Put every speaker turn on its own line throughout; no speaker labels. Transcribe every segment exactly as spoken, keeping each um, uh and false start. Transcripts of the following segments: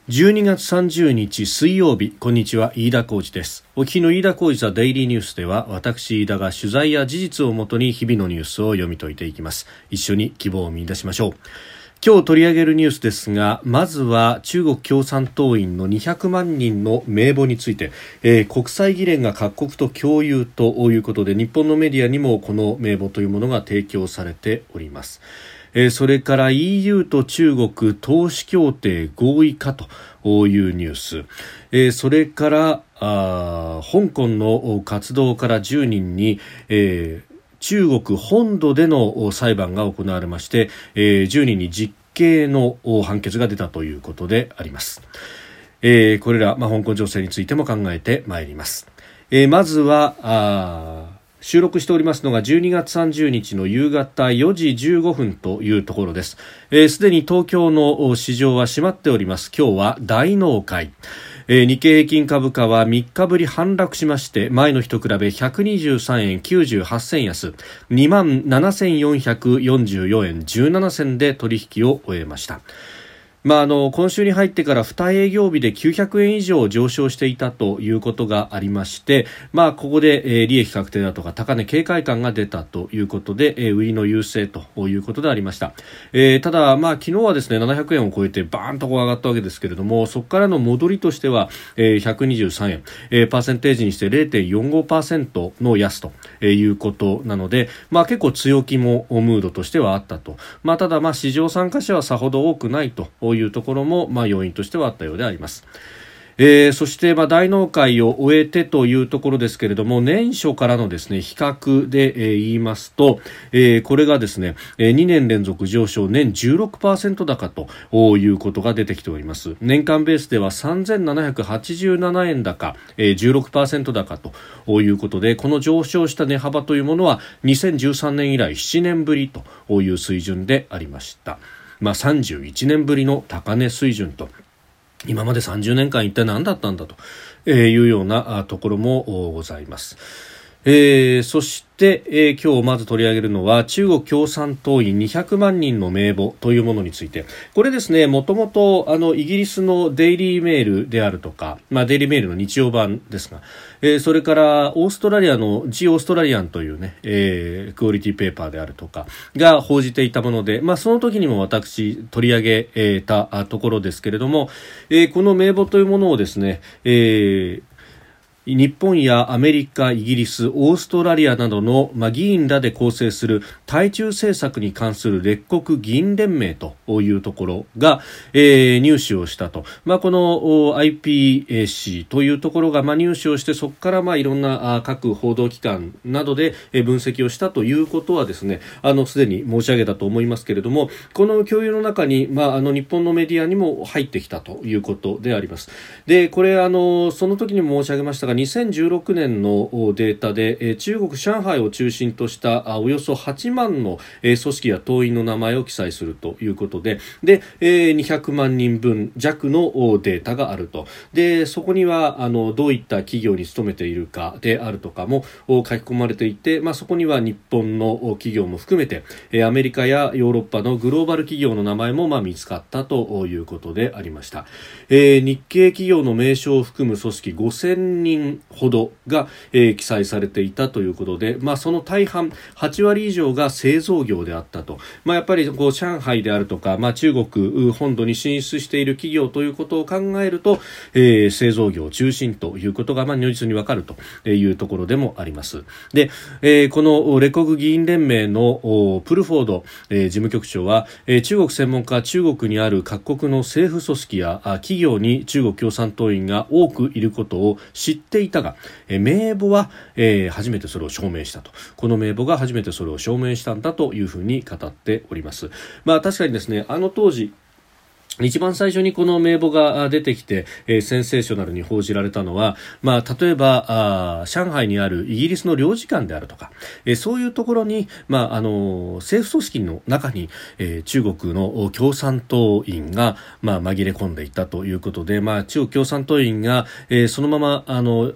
じゅうにがつさんじゅうにち水曜日、こんにちは、飯田浩司です。お聞きの飯田浩司ザデイリーニュースでは、私飯田が取材や事実をもとに日々のニュースを読み解いていきます。一緒に希望を見出しましょう。今日取り上げるニュースですが、まずは中国共産党員のにひゃくまんにんの名簿について、えー、国際議連が各国と共有ということで、日本のメディアにもこの名簿というものが提供されております。えー、それから イーユー と中国投資協定合意かというニュース、えー、それからあ香港の活動からじゅうにんに、えー、中国本土での裁判が行われまして、えー、じゅうにんに実刑の判決が出たということであります。えー、これら、まあ、香港情勢についても考えてまいります。えー、まずはあ収録しておりますのがじゅうにがつさんじゅうにちの夕方よじじゅうごふんというところです。す、えー、でに東京の市場は閉まっております。今日は大納会、えー、日経平均株価はみっかぶり反落しまして、前の日と比べひゃくにじゅうさんえんきゅうじゅうはちせん安、にまんななせんよんひゃくよんじゅうよえんじゅうななせんで取引を終えました。まあ、あの今週に入ってからに営業日できゅうひゃくえん以上上昇していたということがありまして、まあ、ここで、えー、利益確定だとか高値警戒感が出たということで、えー、売りの優勢ということでありました。えー、ただ、まあ、昨日はですねななひゃくえんを超えてバーンとこう上がったわけですけれども、そこからの戻りとしては、えー、ひゃくにじゅうさんえん、えー、パーセンテージにして れいてんよんごパーセント の安ということなので、まあ、結構強気もムードとしてはあったと。まあ、ただ、まあ、市場参加者はさほど多くないというところも、まあ、要因としてはあったようであります。えー、そして、まあ、大納会を終えてというところですけれども、年初からのですね比較で、えー、言いますと、えー、これがですね、えー、にねん連続上昇、年 じゅうろくパーセント 高ということが出てきております。年間ベースではさんぜんななひゃくはちじゅうななえん高、えー、じゅうろくパーセント 高ということで、この上昇した値幅というものはにせんじゅうさんねん以来ななねんぶりという水準でありました。まあ、さんじゅういちねんぶりの高値水準と、今までさんじゅうねんかん一体何だったんだというようなところもございます。えー、そして、えー、今日まず取り上げるのは中国共産党員にひゃくまんにんの名簿というものについて、これですね、もともとあのイギリスのデイリーメールであるとか、まあ、デイリーメールの日曜版ですが、えー、それからオーストラリアのジ・オーストラリアンというね、えー、クオリティペーパーであるとかが報じていたもので、まあ、その時にも私取り上げたところですけれども、えー、この名簿というものをですね、えー日本やアメリカ、イギリス、オーストラリアなどの、まあ、議員らで構成する対中政策に関する列国議員連盟というところが、えー、入手をしたと。まあ、この アイピーシー というところが、まあ、入手をして、そこからまあいろんな各報道機関などで分析をしたということはですね、あのすでに申し上げたと思いますけれども、この共有の中に、まあ、あの日本のメディアにも入ってきたということであります。で、これあのその時にも申し上げましたが、にせんじゅうろくねんのデータで中国上海を中心としたおよそはちまんの組織や党員の名前を記載するということで、でにひゃくまんにんぶん弱のデータがあると。でそこにはあのどういった企業に勤めているかであるとかも書き込まれていて、まあ、そこには日本の企業も含めてアメリカやヨーロッパのグローバル企業の名前もまあ見つかったということでありました。えー、日系企業の名称を含む組織ごせんにんほどが、えー、記載されていたということで、まあ、その大半はちわり以上が製造業であったと。まあ、やっぱりこう上海であるとか、まあ、中国本土に進出している企業ということを考えると、えー、製造業中心ということがまあ如実にわかるというところでもあります。で、えー、この列国議員連盟のプルフォード、えー、事務局長は、えー、中国専門家、中国にある各国の政府組織や企業に中国共産党員が多くいることを知っていたが、え名簿は、えー、初めてそれを証明したと。この名簿が初めてそれを証明したんだというふうに語っております。まあ確かにですね、あの当時一番最初にこの名簿が出てきて、えー、センセーショナルに報じられたのは、まあ、例えばあ上海にあるイギリスの領事館であるとか、えー、そういうところに、まあ、あの政府組織の中に、えー、中国の共産党員が、まあ、紛れ込んでいたということで、まあ、中国共産党員が、えー、そのままあの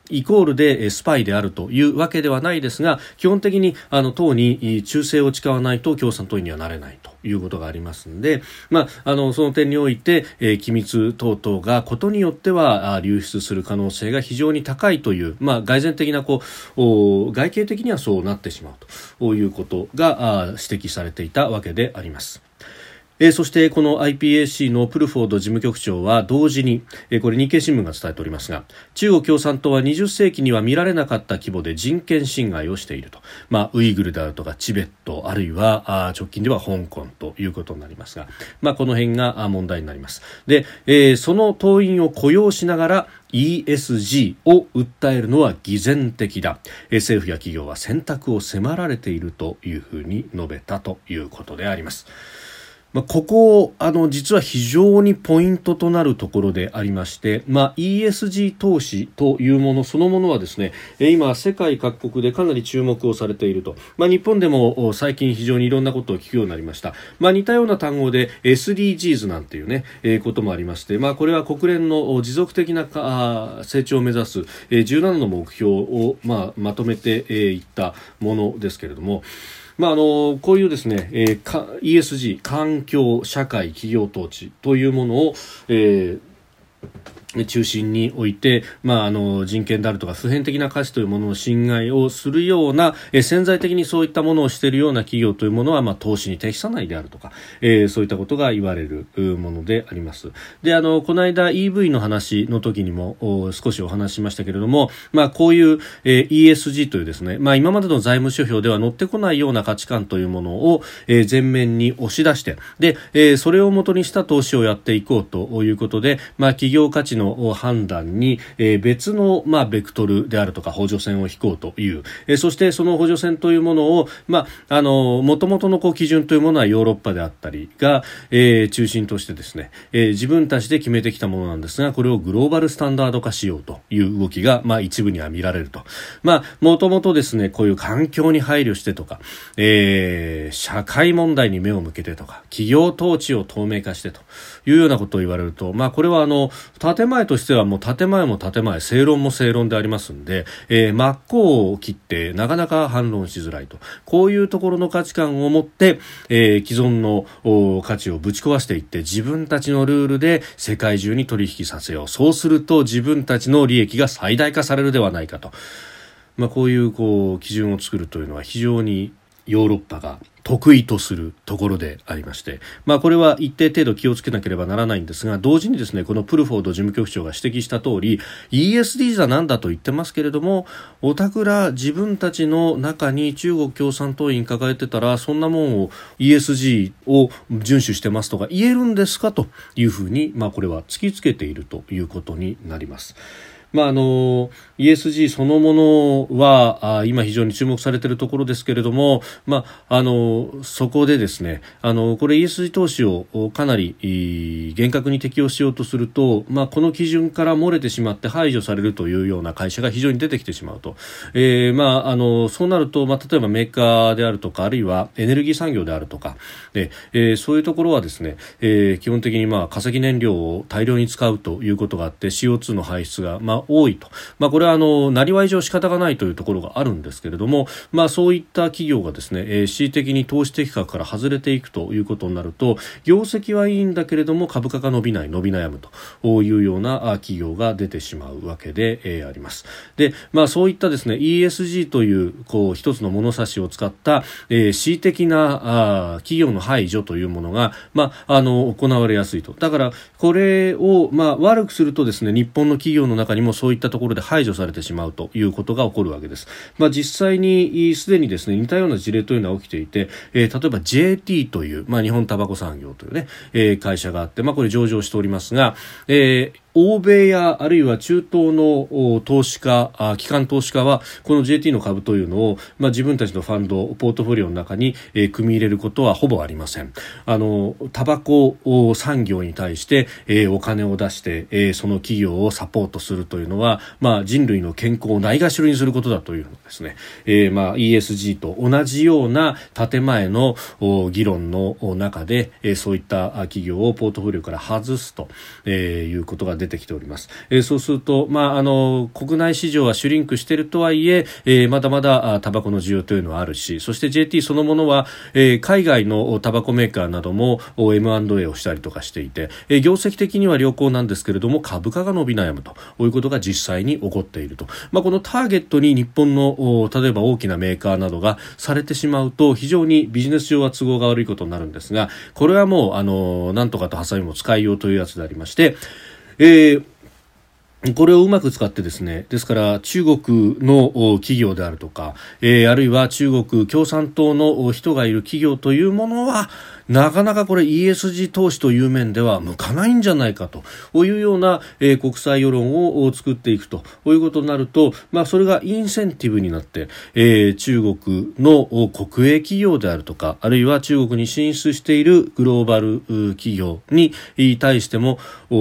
イコールでスパイであるというわけではないですが、基本的にあの党に忠誠を誓わないと共産党員にはなれないということがありますので、まあ、あのその点において、えー、機密等々がことによっては流出する可能性が非常に高いという、まあ、外然的なこう外形的にはそうなってしまうということが指摘されていたわけであります。えー、そしてこの アイピーエーシー のプルフォード事務局長は同時に、えー、これ日経新聞が伝えておりますが、中国共産党はにじゅっ世紀には見られなかった規模で人権侵害をしていると、まあ、ウイグルであるとかチベット、あるいはあ直近では香港ということになりますが、まあ、この辺が問題になります。で、えー、その党員を雇用しながらイーエスジー を訴えるのは偽善的だ、えー、政府や企業は選択を迫られているというふうに述べたということであります。まあ、ここあの実は非常にポイントとなるところでありまして、まあ、イーエスジー 投資というものそのものはですね、今世界各国でかなり注目をされていると、まあ、日本でも最近非常にいろんなことを聞くようになりました。まあ、似たような単語で エスディージーズ なんていうね、えー、こともありまして、まあ、これは国連の持続的な成長を目指す、えー、じゅうななの目標を、まあ、まとめてい、えー、ったものですけれども、まあ、あのこういうですね、えー、イーエスジー 環境社会企業統治というものを、えー中心において、まあ、あの人権であるとか普遍的な価値というものの侵害をするような、え潜在的にそういったものをしているような企業というものは、まあ、投資に適さないであるとか、えー、そういったことが言われるものであります。で、あのこの間 イーブイ の話の時にも少しお話ししましたけれども、まあ、こういう、えー、イーエスジー というですね、まあ、今までの財務諸表では乗ってこないような価値観というものを、えー、前面に押し出して、で、えー、それを元にした投資をやっていこうということで、まあ、企業価値の判断に、えー、別の、まあ、ベクトルであるとか補助線を引こうという、えー、そしてその補助線というものを、まあ、あの元々のこう基準というものはヨーロッパであったりが、えー、中心としてですね、えー、自分たちで決めてきたものなんですが、これをグローバルスタンダード化しようという動きが、まあ、一部には見られると。まあ、もともとですね、こういう環境に配慮してとか、えー、社会問題に目を向けてとか、企業統治を透明化してというようなことを言われると、まあ、これはあの建前としてはもう建前も建前、正論も正論でありますんで、えー、真っ向を切ってなかなか反論しづらいと、こういうところの価値観を持って、えー、既存の価値をぶち壊していって自分たちのルールで世界中に取引させよう、そうすると自分たちの利益が最大化されるではないかと、まあ、こういうこう基準を作るというのは非常にヨーロッパが得意とするところでありまして、まあ、これは一定程度気をつけなければならないんですが、同時にですね、このプルフォード事務局長が指摘した通り イーエスディー だなんだと言ってますけれども、おたくら自分たちの中に中国共産党員抱えてたらそんなもんを イーエスジー を遵守してますとか言えるんですかというふうに、まあ、これは突きつけているということになります。まあ、あの イーエスジー そのものはあ今非常に注目されているところですけれども、まあ、あのそこでですね、あのこれ イーエスジー 投資をかなり厳格に適用しようとすると、まあ、この基準から漏れてしまって排除されるというような会社が非常に出てきてしまうと、えーまあ、あのそうなると、まあ、例えばメーカーであるとか、あるいはエネルギー産業であるとかで、えー、そういうところはですね、えー、基本的にまあ化石燃料を大量に使うということがあって シーオーツー の排出がまあ多いと、まあ、これはあのなりわい上仕方がないというところがあるんですけれども、まあ、そういった企業がですね、えー、恣意的に投資的価格から外れていくということになると、業績はいいんだけれども株価が伸びない伸び悩むというような企業が出てしまうわけで、えー、あります。で、まあ、そういったですね イーエスジー というこう一つの物差しを使った、えー、恣意的なあ企業の排除というものが、まあ、あの行われやすいと。だからこれを、まあ、悪くするとですね、日本の企業の中にもそういったところで排除されてしまうということが起こるわけです。まあ、実際にすでにですね似たような事例というのは起きていて、えー、例えば ジェーティー という、まあ、日本タバコ産業というね、えー、会社があって、まあ、これ上場しておりますが、えー欧米やあるいは中東の投資家、機関投資家はこの ジェーティー の株というのを、まあ、自分たちのファンドポートフォリオの中に、えー、組み入れることはほぼありません。あのタバコ産業に対して、えー、お金を出して、えー、その企業をサポートするというのは、まあ、人類の健康をないがしろにすることだというのですね、えーまあ、イーエスジー と同じような建前の議論の中で、えー、そういった企業をポートフォリオから外すと、えー、いうことが出出てきております。えー、そうすると、まあ、あの国内市場はシュリンクしているとはいええー、まだまだタバコの需要というのはあるし、そして ジェーティー そのものは、えー、海外のタバコメーカーなども エムアンドエー をしたりとかしていて、えー、業績的には良好なんですけれども株価が伸び悩むということが実際に起こっていると、まあ、このターゲットに日本の例えば大きなメーカーなどがされてしまうと非常にビジネス上は都合が悪いことになるんですが、これはもうあのなんとかとハサミも使いようというやつでありまして、えーこれをうまく使ってですね、ですから中国の企業であるとか、えー、あるいは中国共産党の人がいる企業というものはなかなかこれ イーエスジー 投資という面では向かないんじゃないかというような、えー、国際世論を作っていくということになると、まあ、それがインセンティブになって、えー、中国の国営企業であるとか、あるいは中国に進出しているグローバル企業に対しても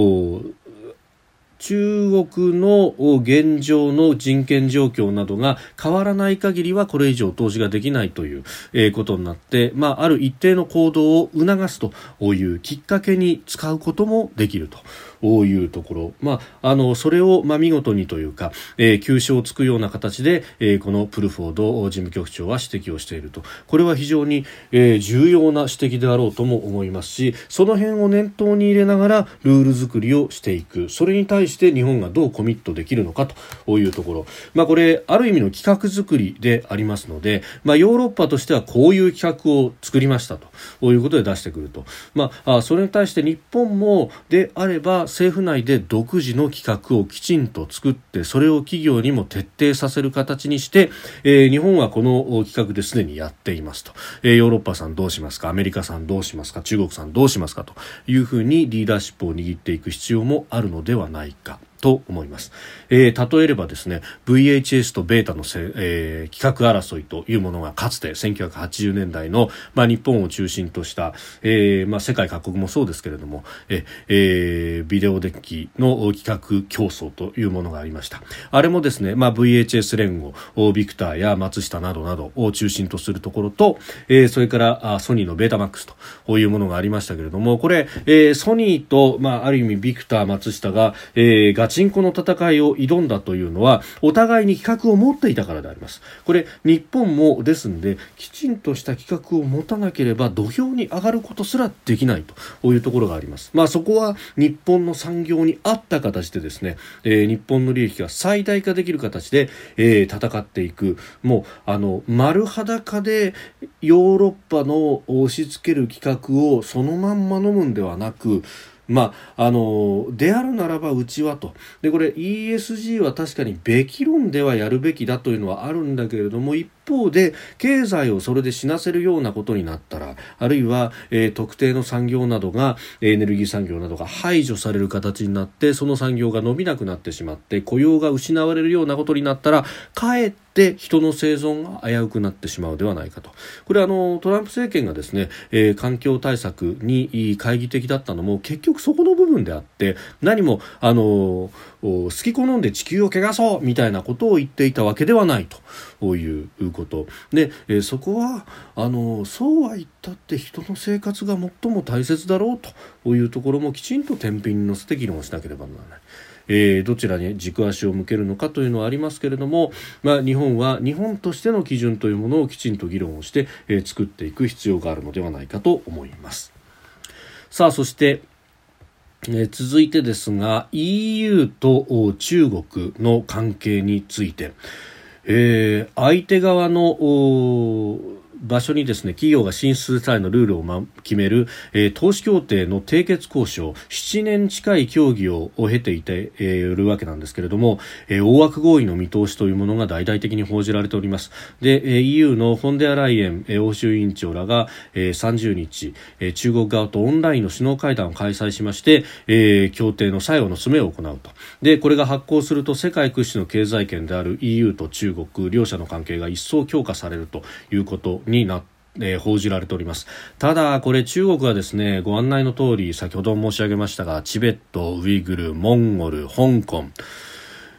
中国の現状の人権状況などが変わらない限りはこれ以上投資ができないという、えー、ことになって、まあ、ある一定の行動を促すというきっかけに使うこともできるというところ、まあ、あのそれを、まあ、見事にというか、えー、急所をつくような形で、えー、このプルフォード事務局長は指摘をしていると。これは非常に、えー、重要な指摘であろうとも思いますし、その辺を念頭に入れながらルール作りをしていく、それに対して日本がどうコミットできるのかというところ、まあ、これある意味の企画作りでありますので、まあ、ヨーロッパとしてはこういう企画を作りましたということで出してくると、まあ、それに対して日本もであれば政府内で独自の企画をきちんと作って、それを企業にも徹底させる形にして、えー、日本はこの企画ですでにやっていますと、えー、ヨーロッパさんどうしますか、アメリカさんどうしますか、中国さんどうしますかというふうにリーダーシップを握っていく必要もあるのではないかと思います。えー、例えればですね ブイエイチエス とベータのせ、えー、企画争いというものがかつてせんきゅうひゃくはちじゅうねんだいの、まあ、日本を中心とした、えーまあ、世界各国もそうですけれども、ええー、ビデオデッキの企画競争というものがありました。あれもですね、まあ、ブイエイチエス 連合ビクターや松下などなどを中心とするところと、えー、それからあソニーのベータマックスというものがありましたけれども、これ、えー、ソニーと、まあ、ある意味ビクター松下が、えー、ガチンコの戦いを挑んだというのはお互いに企画を持っていたからであります。これ日本もですのできちんとした企画を持たなければ土俵に上がることすらできないというところがあります。まあ、そこは日本の産業に合った形でですね、えー、日本の利益が最大化できる形で、えー、戦っていく、もうあの丸裸でヨーロッパの押し付ける企画をそのまんま飲むんではなく、まあ、あのであるならばうちはと。でこれ イーエスジー は確かにべき論ではやるべきだというのはあるんだけれども、一方で経済をそれで死なせるようなことになったら、あるいは、えー、特定の産業などがエネルギー産業などが排除される形になって、その産業が伸びなくなってしまって雇用が失われるようなことになったら、かえってで人の生存が危うくなってしまうではないかと。これはあのトランプ政権がですね、えー、環境対策に懐疑的だったのも結局そこの部分であって、何もあの好き好んで地球を汚そうみたいなことを言っていたわけではないということで、えー、そこはあのそうは言ったって人の生活が最も大切だろうというところもきちんと天秤に乗せて議論しなければならない。えー、どちらに軸足を向けるのかというのはありますけれども、まあ、日本は日本としての基準というものをきちんと議論をして、えー、作っていく必要があるのではないかと思います。さあそして、えー、続いてですが イーユー と中国の関係について、えー、相手側の場所にですね、企業が進出する際のルールを、ま、決める、えー、投資協定の締結交渉、ななねん近い協議を経ていて、えー、いるわけなんですけれども、えー、大枠合意の見通しというものが大々的に報じられております。で、えー、イーユー のフォンデアライエン、えー、欧州委員長らが、えー、さんじゅうにち、えー、中国側とオンラインの首脳会談を開催しまして、えー、協定の最後の詰めを行うと。で、これが発効すると世界屈指の経済圏である イーユー と中国両者の関係が一層強化されるということになってえー、報じられております。ただこれ中国はですね、ご案内の通り先ほど申し上げましたが、チベット、ウイグル、モンゴル、香港、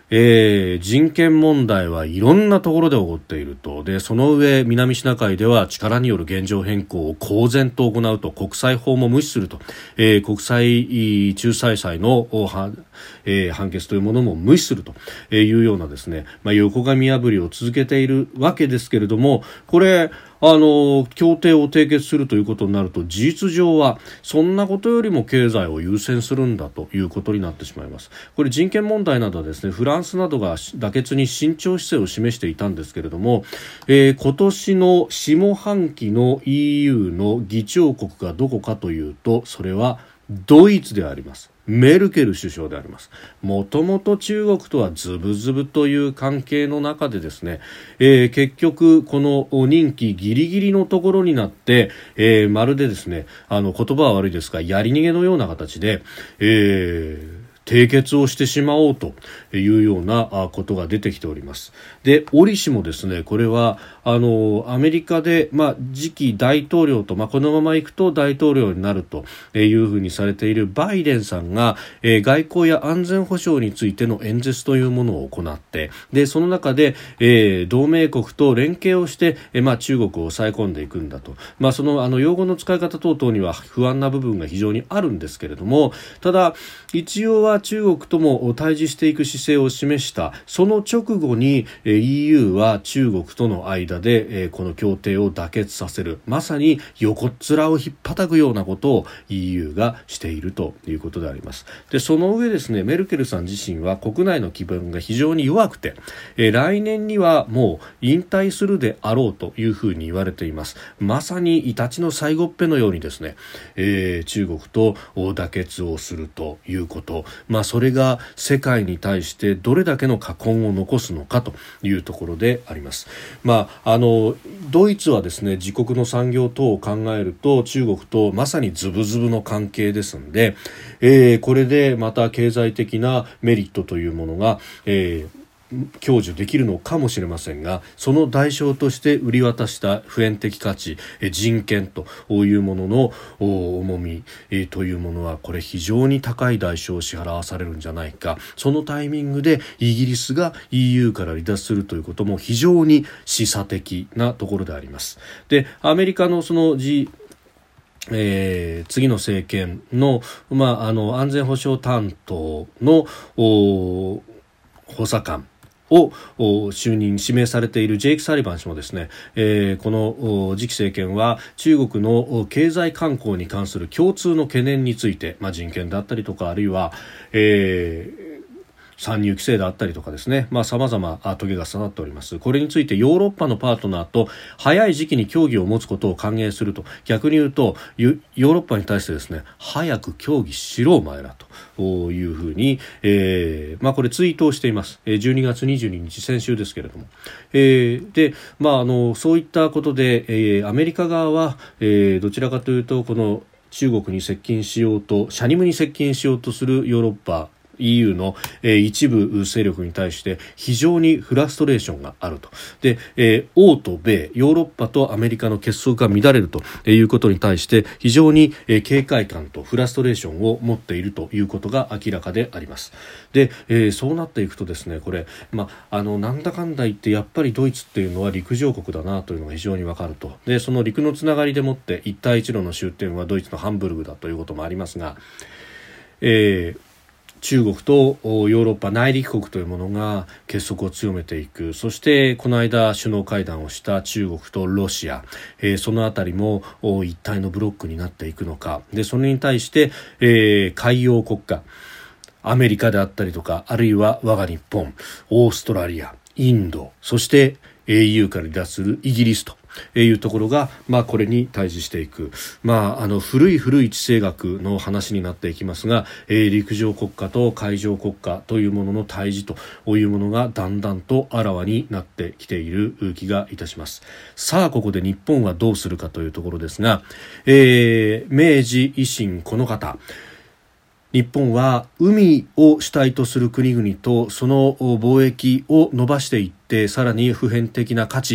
えー、人権問題はいろんなところで起こっていると。で、その上南シナ海では力による現状変更を公然と行うと、国際法も無視すると、えー、国際仲裁裁の、えー、判決というものも無視するというようなですね、まあ、横紙破りを続けているわけですけれども、これあの協定を締結するということになると、事実上はそんなことよりも経済を優先するんだということになってしまいます。これ人権問題などはですね、フランスなどが妥結に慎重姿勢を示していたんですけれども、えー、今年の下半期の イーユー の議長国がどこかというと、それはドイツであります。メルケル首相であります。もともと中国とはズブズブという関係の中でですね、えー、結局この任期ギリギリのところになって、えー、まるでですね、あの言葉は悪いですがやり逃げのような形で、えー締結をしてしまおうというようなことが出てきております。で、折しもですね、これはあのアメリカで、まあ、次期大統領と、まあ、このままいくと大統領になるというふうにされているバイデンさんが、えー、外交や安全保障についての演説というものを行って、でその中で、えー、同盟国と連携をして、えーまあ、中国を抑え込んでいくんだと、まあ、その、あの用語の使い方等々には不安な部分が非常にあるんですけれども、ただ一応は中国とも対峙していく姿勢を示した。その直後に イーユー は中国との間でこの協定を妥結させる、まさに横っ面を引っ叩くようなことを イーユー がしているということであります。で、その上ですね、メルケルさん自身は国内の基盤が非常に弱くて、え来年にはもう引退するであろうというふうに言われています。まさにイタチの最後っぺのようにですね、えー、中国と妥結をするということ、まあそれが世界に対してどれだけの禍根を残すのかというところであります。まあ、あのドイツはですね、自国の産業等を考えると中国とまさにズブズブの関係ですので、えー、これでまた経済的なメリットというものが、えー享受できるのかもしれませんが、その代償として売り渡した普遍的価値、人権というものの重みというものは、これ非常に高い代償を支払わされるんじゃないか。そのタイミングでイギリスが イーユー から離脱するということも非常に示唆的なところであります。で、アメリカのその Gえー、次の政権の、まあ、あの安全保障担当の補佐官を就任指名されているジェイク・サリバン氏もですね、えー、この次期政権は中国の経済慣行に関する共通の懸念について、まあ、人権だったりとか、あるいは、えー参入規制であったりとかですね、まあ様々トゲが刺さっております。これについてヨーロッパのパートナーと早い時期に協議を持つことを歓迎すると、逆に言うとヨーロッパに対してですね、早く協議しろお前らというふうに、えー、まあこれツイートをしています。じゅうにがつにじゅうににち、先週ですけれども、えー、で、まああのそういったことで、えー、アメリカ側は、えー、どちらかというとこの中国に接近しようと、シャニムに接近しようとするヨーロッパイーユー の、えー、一部勢力に対して非常にフラストレーションがあると。で、えー、欧と米、ヨーロッパとアメリカの結束が乱れるということに対して非常に、えー、警戒感とフラストレーションを持っているということが明らかであります。で、えー、そうなっていくとですね、これ、まあ、あのなんだかんだ言ってやっぱりドイツっていうのは陸上国だなというのが非常にわかると。で、その陸のつながりでもって一帯一路の終点はドイツのハンブルグだということもありますが、えー中国とヨーロッパ内陸国というものが結束を強めていく。そしてこの間首脳会談をした中国とロシア、えー、そのあたりも一体のブロックになっていくのか。で、それに対して、えー、海洋国家アメリカであったりとか、あるいは我が日本、オーストラリア、インド、そして イーユー から離脱するイギリスというところが、まあ、これに対峙していく、まあ、あの古い古い地政学の話になっていきますが、えー、陸上国家と海上国家というものの対峙というものがだんだんとあらわになってきている気がいたします。さあ、ここで日本はどうするかというところですが、えー、明治維新この方、日本は海を主体とする国々とその貿易を伸ばしていって、さらに普遍的な価値、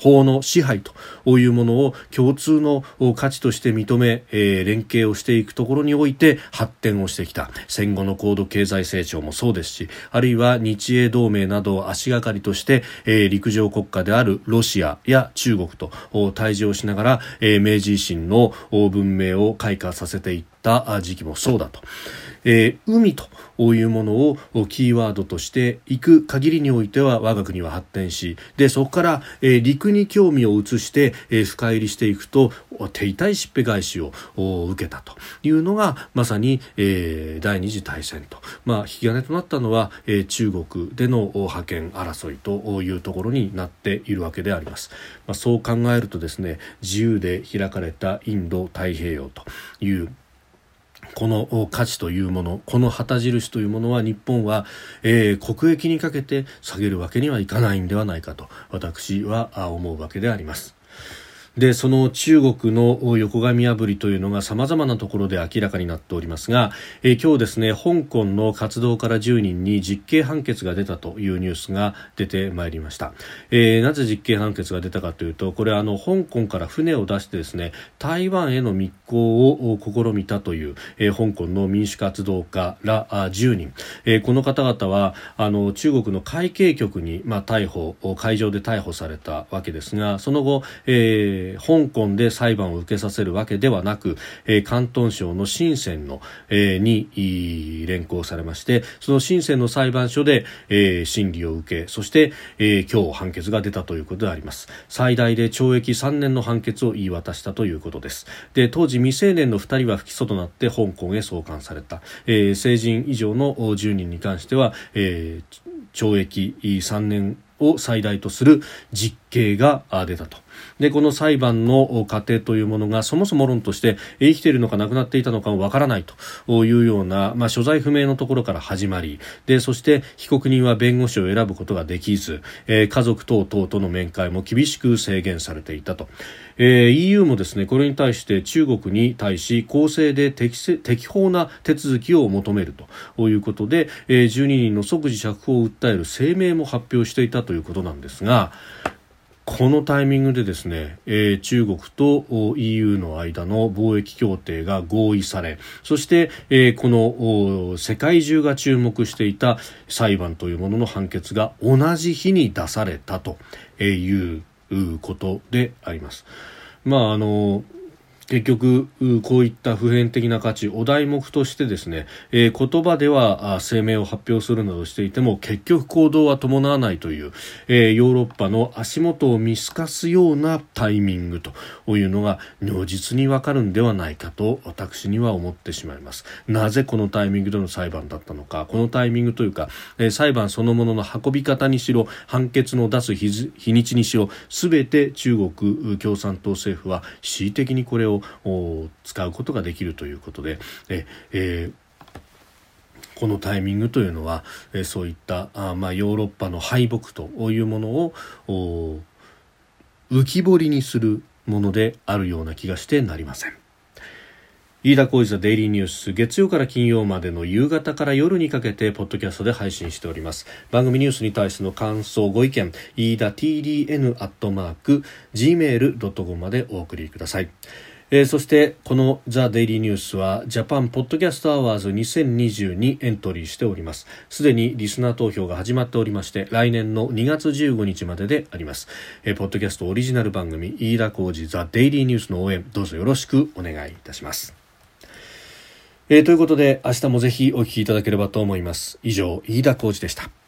法の支配というものを共通の価値として認め、えー、連携をしていくところにおいて発展をしてきた戦後の高度経済成長もそうですし、あるいは日英同盟などを足がかりとして、えー、陸上国家であるロシアや中国と対峙をしながら、えー、明治維新の文明を開花させていった時期もそうだと。えー、海というものをキーワードとしていく限りにおいては我が国は発展し、でそこから、えー、陸に興味を移して、えー、深入りしていくと手痛いしっぺ返しを受けたというのがまさに、えー、第二次大戦と、まあ、引き金となったのは、えー、中国での覇権争いというところになっているわけであります。まあ、そう考えるとですね、自由で開かれたインド太平洋というこの価値というもの、この旗印というものは日本は、えー、国益にかけて下げるわけにはいかないんではないかと私は思うわけであります。でその中国の横紙破りというのが様々なところで明らかになっておりますが、えー、今日ですね、香港の活動家らじゅうにんに実刑判決が出たというニュースが出てまいりました。えー、なぜ実刑判決が出たかというと、これはあの香港から船を出してですね、台湾への密航を試みたという、えー、香港の民主活動家らじゅうにん、えー、この方々はあの中国の海警局に、まあ、逮捕海上で逮捕されたわけですが、その後、えー香港で裁判を受けさせるわけではなく、えー、広東省の深センの、えー、に連行されまして、その深センの裁判所で、えー、審理を受け、そして、えー、今日判決が出たということであります。最大で懲役さんねんの判決を言い渡したということです。で当時未成年のふたりは不起訴となって香港へ送還された、えー、成人以上のじゅうにんに関しては、えー、懲役さんねんを最大とする実刑が出たと。でこの裁判の過程というものがそもそも論として生きているのか亡くなっていたのかもわからないというような、まあ、所在不明のところから始まり、でそして被告人は弁護士を選ぶことができず、えー、家族等々との面会も厳しく制限されていたと。えー、イーユー もですね、これに対して中国に対し公正で 適, 適法な手続きを求めるということで、えー、じゅうににんの即時釈放を訴える声明も発表していたということなんですが、このタイミングでですね、えー、中国と イーユー の間の貿易協定が合意され、そして、えー、この世界中が注目していた裁判というものの判決が同じ日に出されたということであります。まああの結局こういった普遍的な価値お題目としてですね、えー、言葉では声明を発表するなどしていても結局行動は伴わないという、えー、ヨーロッパの足元を見透かすようなタイミングというのが如実にわかるんではないかと私には思ってしまいます。なぜこのタイミングでの裁判だったのか、このタイミングというか、えー、裁判そのものの運び方にしろ判決の出す 日, 日にちにしろ全て中国共産党政府は恣意的にこれを使うことができるということで、ええー、このタイミングというのは、えー、そういったあ、まあ、ヨーロッパの敗北というものを浮き彫りにするものであるような気がしてなりません。飯田浩司ザデイリーニュース、月曜から金曜までの夕方から夜にかけてポッドキャストで配信しております。番組ニュースに対しての感想ご意見、飯田 ティーディーエヌ アットマーク ジーメール ドットコム までお送りください。えー、そしてこのザ・デイリーニュースはジャパンポッドキャストアワーズにせんにじゅうにエントリーしております。すでにリスナー投票が始まっておりまして、来年のにがつじゅうごにちまでであります。えー、ポッドキャストオリジナル番組飯田浩司ザ・デイリーニュースの応援どうぞよろしくお願いいたします。えー、ということで明日もぜひお聞きいただければと思います。以上、飯田浩司でした。